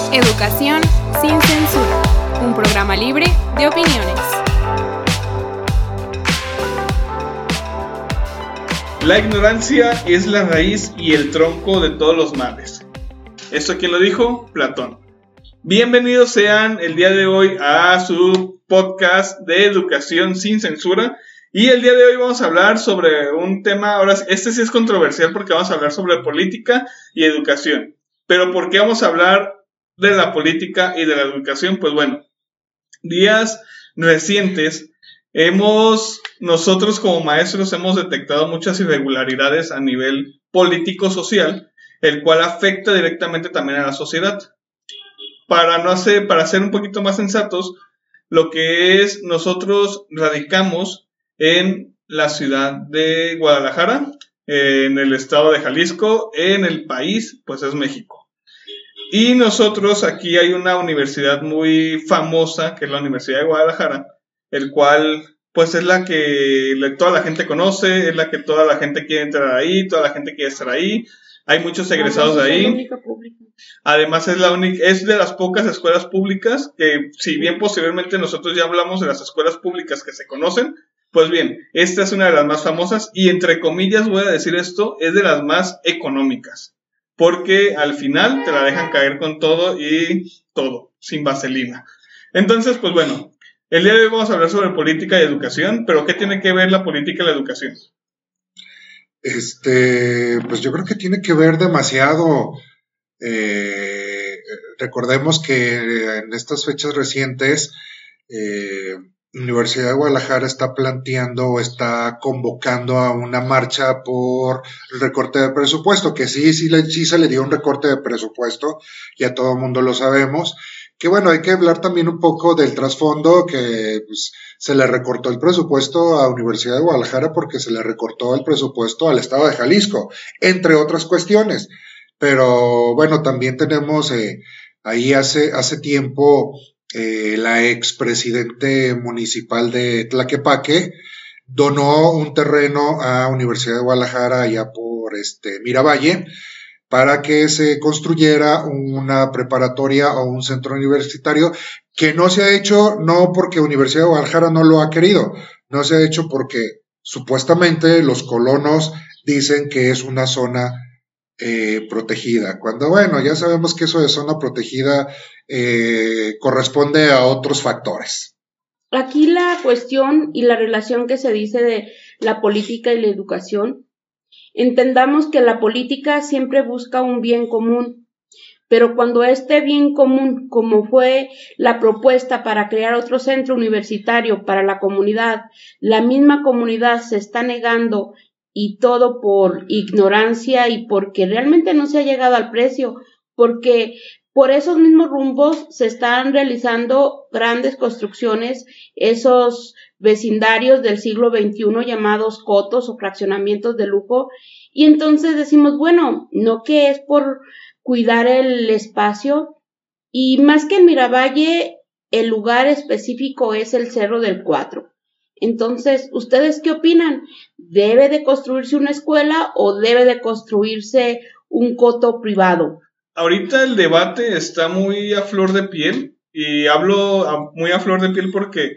Educación sin censura, un programa libre de opiniones. La ignorancia es la raíz y el tronco de todos los males. ¿Esto quién lo dijo? Platón. Bienvenidos sean el día de hoy a su podcast de Educación sin censura. Y el día de hoy vamos a hablar sobre un tema, ahora este sí es controversial porque vamos a hablar sobre política y educación. Pero ¿por qué vamos a hablar de la política y de la educación? Pues bueno, días recientes nosotros como maestros hemos detectado muchas irregularidades a nivel político-social, el cual afecta directamente también a la sociedad. Para ser un poquito más sensatos, lo que es nosotros radicamos en la ciudad de Guadalajara, en el estado de Jalisco, en el país, pues es México. Y nosotros aquí hay una universidad muy famosa, que es la Universidad de Guadalajara, el cual pues es la que toda la gente conoce, es la que toda la gente quiere entrar ahí, toda la gente quiere estar ahí. Hay muchos egresados de ahí. Además es de las pocas escuelas públicas que, si bien posteriormente nosotros ya hablamos de las escuelas públicas que se conocen, pues bien, esta es una de las más famosas y, entre comillas voy a decir esto, es de las más económicas, porque al final te la dejan caer con todo, sin vaselina. Entonces, pues bueno, el día de hoy vamos a hablar sobre política y educación, pero ¿qué tiene que ver la política y la educación? Pues yo creo que tiene que ver demasiado. Recordemos que en estas fechas recientes, Universidad de Guadalajara está planteando o está convocando a una marcha por el recorte de presupuesto, que sí se le dio un recorte de presupuesto, ya todo el mundo lo sabemos, que bueno, hay que hablar también un poco del trasfondo, que pues, se le recortó el presupuesto a Universidad de Guadalajara porque se le recortó el presupuesto al estado de Jalisco, entre otras cuestiones. Pero bueno, también tenemos ahí hace tiempo la expresidente municipal de Tlaquepaque donó un terreno a Universidad de Guadalajara allá por Miravalle para que se construyera una preparatoria o un centro universitario que no se ha hecho, no porque Universidad de Guadalajara no lo ha querido, no se ha hecho porque supuestamente los colonos dicen que es una zona protegida, cuando bueno, ya sabemos que eso de zona protegida corresponde a otros factores. Aquí la cuestión y la relación que se dice de la política y la educación, entendamos que la política siempre busca un bien común, pero cuando este bien común, como fue la propuesta para crear otro centro universitario para la comunidad, la misma comunidad se está negando y todo por ignorancia y porque realmente no se ha llegado al precio, porque por esos mismos rumbos se están realizando grandes construcciones, esos vecindarios del siglo XXI llamados cotos o fraccionamientos de lujo, y entonces decimos, bueno, no que es por cuidar el espacio, y más que en Miravalle, el lugar específico es el Cerro del Cuatro. Entonces, ¿ustedes qué opinan? ¿Debe de construirse una escuela o debe de construirse un coto privado? Ahorita el debate está muy a flor de piel, y hablo muy a flor de piel porque,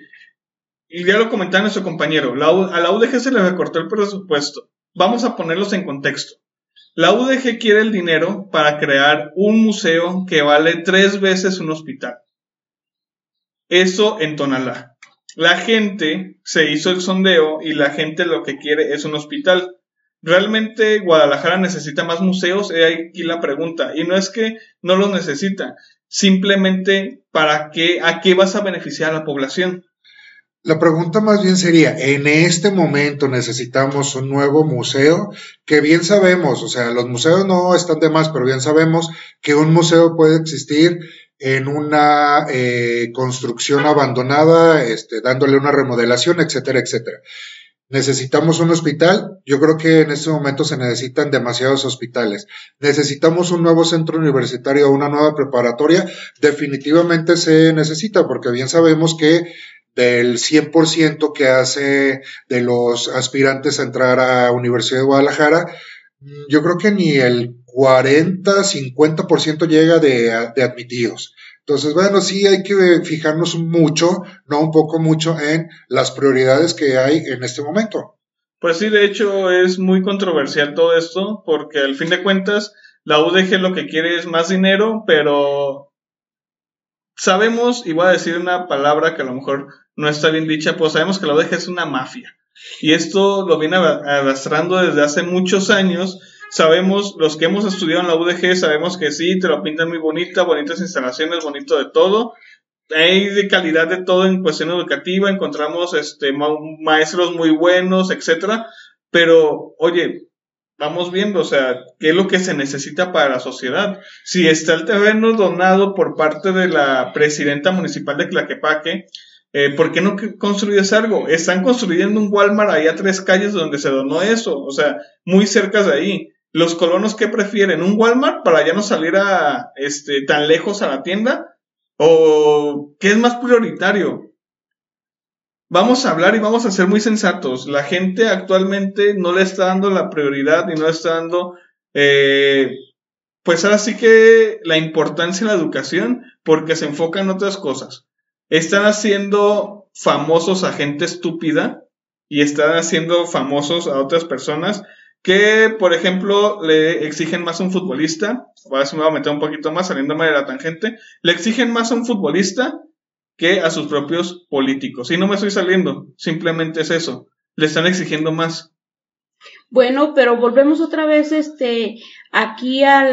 y ya lo comentaba nuestro compañero, a la UDG se le recortó el presupuesto. Vamos a ponerlos en contexto. La UDG quiere el dinero para crear un museo que vale 3 veces un hospital. Eso en Tonalá. La gente se hizo el sondeo y la gente lo que quiere es un hospital. ¿Realmente Guadalajara necesita más museos? Aquí la pregunta. Y no es que no los necesita, simplemente ¿a qué vas a beneficiar a la población? La pregunta más bien sería, ¿en este momento necesitamos un nuevo museo? Que bien sabemos, o sea, los museos no están de más, pero bien sabemos que un museo puede existir en una construcción abandonada, dándole una remodelación, etcétera, etcétera. ¿Necesitamos un hospital? Yo creo que en este momento se necesitan demasiados hospitales. ¿Necesitamos un nuevo centro universitario o una nueva preparatoria? Definitivamente se necesita, porque bien sabemos que del 100% que hace de los aspirantes a entrar a Universidad de Guadalajara, Yo creo que ni el 40-50% llega de admitidos. Entonces, bueno, sí hay que fijarnos mucho, no un poco mucho, en las prioridades que hay en este momento. Pues sí, de hecho es muy controversial todo esto, porque al fin de cuentas la UDG lo que quiere es más dinero, pero sabemos, y voy a decir una palabra que a lo mejor no está bien dicha, pues sabemos que la UDG es una mafia. Y esto lo viene arrastrando desde hace muchos años. Sabemos, los que hemos estudiado en la UDG, sabemos que sí, te lo pintan muy bonita, bonitas instalaciones, bonito de todo. Hay de calidad de todo en cuestión educativa, encontramos maestros muy buenos, etcétera. Pero, oye, vamos viendo, o sea, qué es lo que se necesita para la sociedad. Si está el terreno donado por parte de la presidenta municipal de Tlaquepaque, ¿por qué no construyes algo? Están construyendo un Walmart ahí a 3 calles donde se donó eso, o sea, muy cerca de ahí. Los colonos, ¿qué prefieren? ¿Un Walmart para ya no salir tan lejos a la tienda? ¿O qué es más prioritario? Vamos a hablar y vamos a ser muy sensatos. La gente actualmente no le está dando la prioridad y no le está dando, pues ahora sí que la importancia en la educación, porque se enfoca en otras cosas. Están haciendo famosos a gente estúpida y están haciendo famosos a otras personas que, por ejemplo, le exigen más a un futbolista. Ahora sí me voy a meter un poquito más saliéndome de la tangente. Le exigen más a un futbolista que a sus propios políticos. Y no me estoy saliendo, simplemente es eso. Le están exigiendo más. Bueno, pero volvemos otra vez aquí a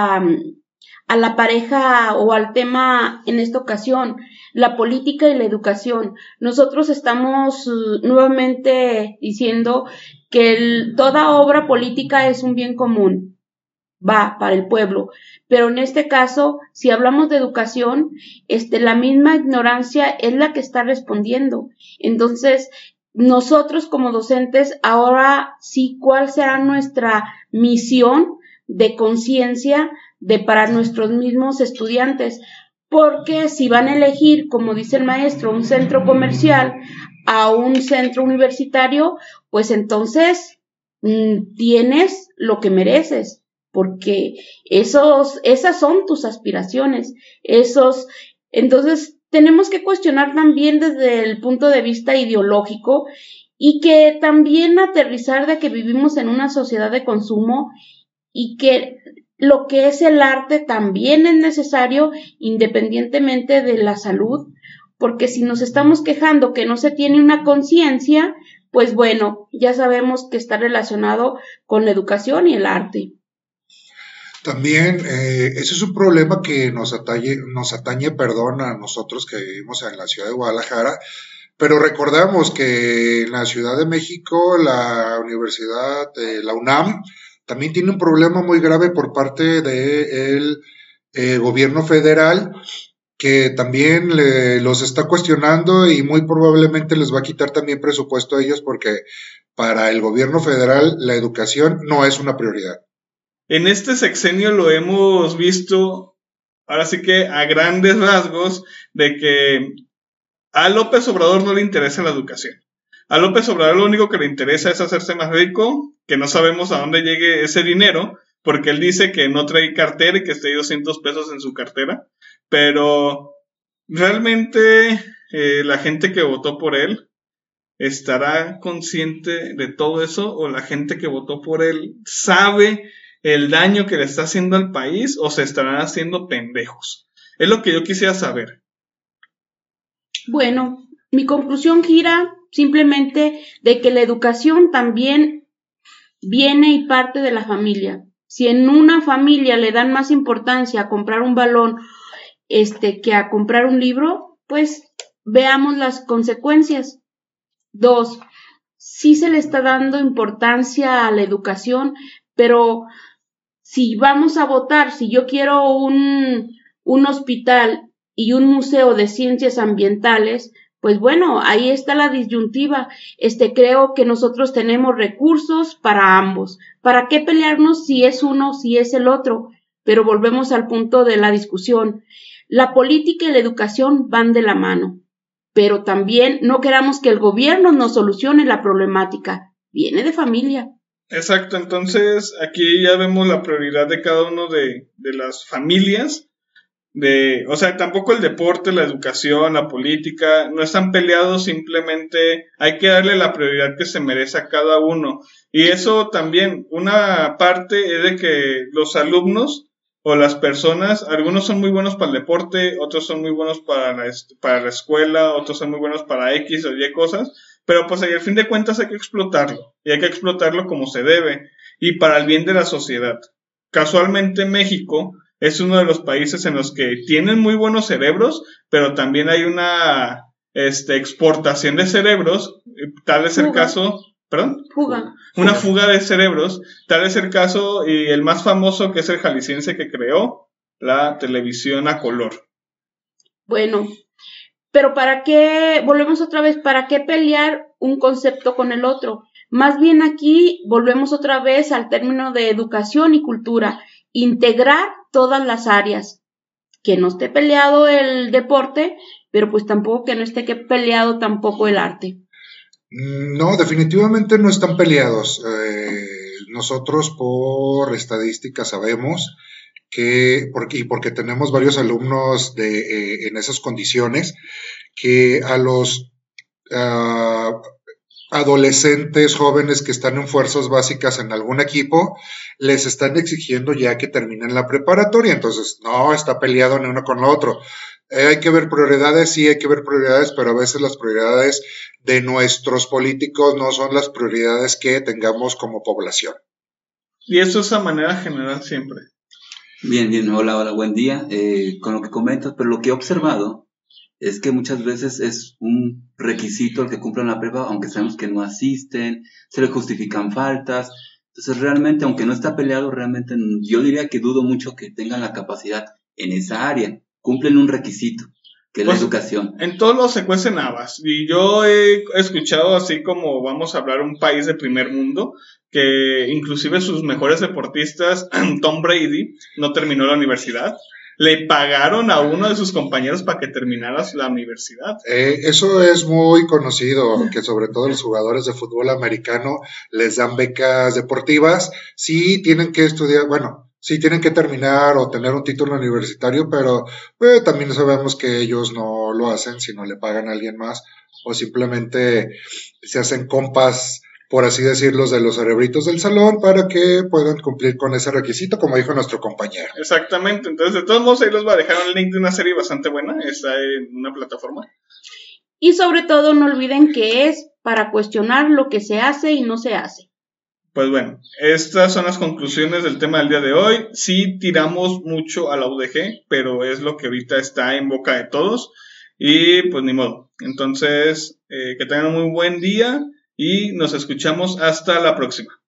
la pareja o al tema en esta ocasión, la política y la educación. Nosotros estamos nuevamente diciendo que toda obra política es un bien común, va para el pueblo, pero en este caso, si hablamos de educación, la misma ignorancia es la que está respondiendo. Entonces, nosotros como docentes, ahora sí, ¿cuál será nuestra misión de conciencia para nuestros mismos estudiantes? Porque si van a elegir, como dice el maestro, un centro comercial a un centro universitario, pues entonces tienes lo que mereces, porque esas son tus aspiraciones, entonces tenemos que cuestionar también desde el punto de vista ideológico y que también aterrizar de que vivimos en una sociedad de consumo y que lo que es el arte también es necesario independientemente de la salud, porque si nos estamos quejando que no se tiene una conciencia, pues bueno, ya sabemos que está relacionado con la educación y el arte. También ese es un problema que nos atañe, a nosotros que vivimos en la ciudad de Guadalajara, pero recordamos que en la Ciudad de México la Universidad, la UNAM, también tiene un problema muy grave por parte del gobierno federal, que también los está cuestionando y muy probablemente les va a quitar también presupuesto a ellos porque para el gobierno federal la educación no es una prioridad. En este sexenio lo hemos visto, ahora sí que a grandes rasgos, de que a López Obrador no le interesa la educación. A López Obrador lo único que le interesa es hacerse más rico, que no sabemos a dónde llegue ese dinero, porque él dice que no trae cartera y que trae 200 pesos en su cartera, pero realmente la gente que votó por él estará consciente de todo eso, o la gente que votó por él sabe el daño que le está haciendo al país, o se estarán haciendo pendejos. Es lo que yo quisiera saber. Bueno, mi conclusión gira simplemente de que la educación también viene y parte de la familia. Si en una familia le dan más importancia a comprar un balón que a comprar un libro, pues veamos las consecuencias. 2, sí se le está dando importancia a la educación, pero si vamos a votar, si yo quiero un hospital y un museo de ciencias ambientales, pues bueno, ahí está la disyuntiva. Creo que nosotros tenemos recursos para ambos. ¿Para qué pelearnos si es uno, si es el otro? Pero volvemos al punto de la discusión. La política y la educación van de la mano, pero también no queramos que el gobierno nos solucione la problemática. Viene de familia. Exacto, entonces aquí ya vemos la prioridad de cada uno de las familias. O sea, tampoco el deporte, la educación, la política, no están peleados, simplemente hay que darle la prioridad que se merece a cada uno. Y eso también, una parte es de que los alumnos o las personas, algunos son muy buenos para el deporte, otros son muy buenos para la escuela, otros son muy buenos para X o Y cosas, pero pues ahí al fin de cuentas hay que explotarlo, y hay que explotarlo como se debe, y para el bien de la sociedad. Casualmente México es uno de los países en los que tienen muy buenos cerebros, pero también hay una exportación de cerebros, tal es el caso, perdón, una fuga de cerebros, tal es el caso y el más famoso que es el jalisciense que creó la televisión a color. Bueno, pero ¿para qué, volvemos otra vez, para qué pelear un concepto con el otro? Más bien aquí volvemos otra vez al término de educación y cultura, integrar todas las áreas, que no esté peleado el deporte, pero pues tampoco que no esté peleado tampoco el arte. No, definitivamente no están peleados. Nosotros por estadística sabemos que, porque tenemos varios alumnos en esas condiciones, que a los adolescentes jóvenes que están en fuerzas básicas en algún equipo, les están exigiendo ya que terminen la preparatoria, entonces no está peleado ni uno con lo otro. Hay que ver prioridades, sí hay que ver prioridades, pero a veces las prioridades de nuestros políticos no son las prioridades que tengamos como población. Y eso es a manera general siempre. Bien, hola, buen día. Con lo que comentas, pero lo que he observado es que muchas veces es un requisito el que cumplan la prueba, aunque sabemos que no asisten, se le justifican faltas. Entonces realmente, aunque no está peleado, realmente yo diría que dudo mucho que tengan la capacidad en esa área. Cumplen un requisito, que es la educación. En todos los se cuecen habas. Y yo he escuchado, así como vamos a hablar un país de primer mundo, que inclusive sus mejores deportistas, Tom Brady, no terminó la universidad. Le pagaron a uno de sus compañeros para que terminara la universidad. Eso es muy conocido, que sobre todo los jugadores de fútbol americano les dan becas deportivas. Sí tienen que estudiar, bueno, sí tienen que terminar o tener un título universitario, pero también sabemos que ellos no lo hacen si no le pagan a alguien más o simplemente se hacen compas, por así decirlo, de los cerebritos del salón para que puedan cumplir con ese requisito, como dijo nuestro compañero. Exactamente, entonces de todos modos ahí les voy a dejar un link de una serie bastante buena, está en una plataforma. Y sobre todo no olviden que es para cuestionar lo que se hace y no se hace. Pues bueno, estas son las conclusiones del tema del día de hoy. Sí tiramos mucho a la UDG, pero es lo que ahorita está en boca de todos y pues ni modo. Entonces, que tengan un muy buen día y nos escuchamos hasta la próxima.